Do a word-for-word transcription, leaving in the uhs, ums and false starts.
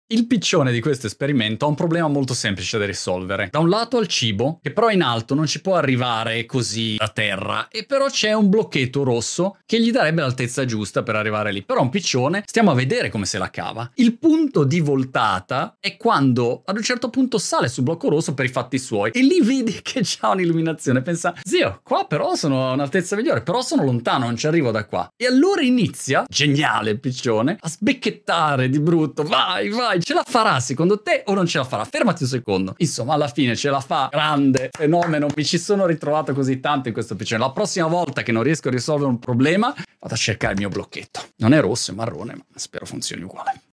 Il piccione di questo esperimento ha un problema molto semplice da risolvere. Da un lato ha il cibo, che però in alto non ci può arrivare così da terra, e però c'è un blocchetto rosso che gli darebbe l'altezza giusta per arrivare lì. Però un piccione, stiamo a vedere come se la cava. Il punto di voltata è quando ad un certo punto sale sul blocco rosso per i fatti suoi e lì vedi che c'ha un'illuminazione. Pensa, zio, qua però sono a un'altezza migliore, però sono lontano, non ci arrivo da qua. E allora inizia, geniale il piccione, a sbecchettare di brutto. Vai, vai, ce la farà secondo te o non ce la farà? Fermati un secondo. Insomma, alla fine ce la fa. Grande fenomeno, mi ci sono ritrovato così tanto in questo piccione. La prossima volta che non riesco a risolvere un problema vado a cercare il mio blocchetto. Non è rosso, è marrone, ma spero funzioni uguale.